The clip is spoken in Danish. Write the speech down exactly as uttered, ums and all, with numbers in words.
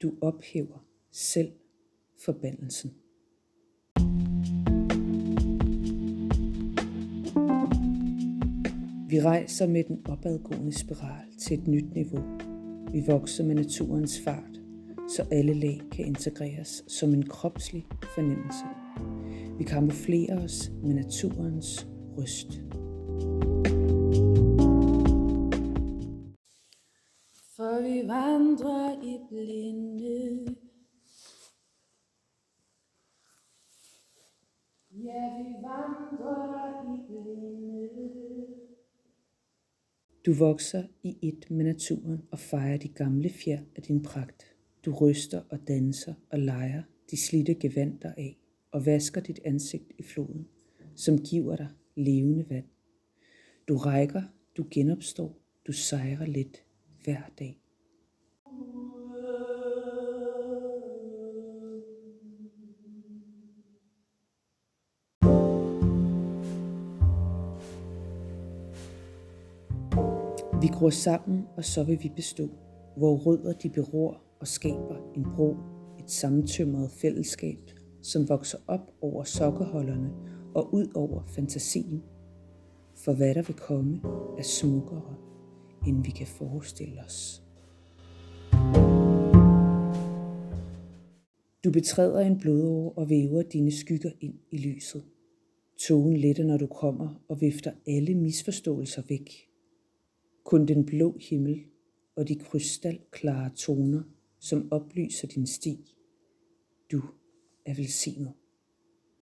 Du ophæver selv forbandelsen. Vi rejser med den opadgående spiral til et nyt niveau. Vi vokser med naturens fart, så alle lag kan integreres som en kropslig fornemmelse. Vi kamuflerer os med naturens røst. For vi vandrer i blinde. Ja, vi vandrer i blinde. Du vokser i et med naturen og fejrer de gamle fjer af din pragt. Du ryster og danser og leger de slidte gevanter af og vasker dit ansigt i floden, som giver dig levende vand. Du rækker, du genopstår, du sejrer lidt hver dag. Vi gror sammen, og så vil vi bestå, hvor rødder de beror og skaber en bro, et sammentømret fællesskab, som vokser op over sokkeholderne og ud over fantasien. For hvad der vil komme, er smukkere, end vi kan forestille os. Du betræder en blodåre og væver dine skygger ind i lyset. Tågen letter, når du kommer og vifter alle misforståelser væk. Kun den blå himmel og de krystalklare toner, som oplyser din sti. Du er velsignet.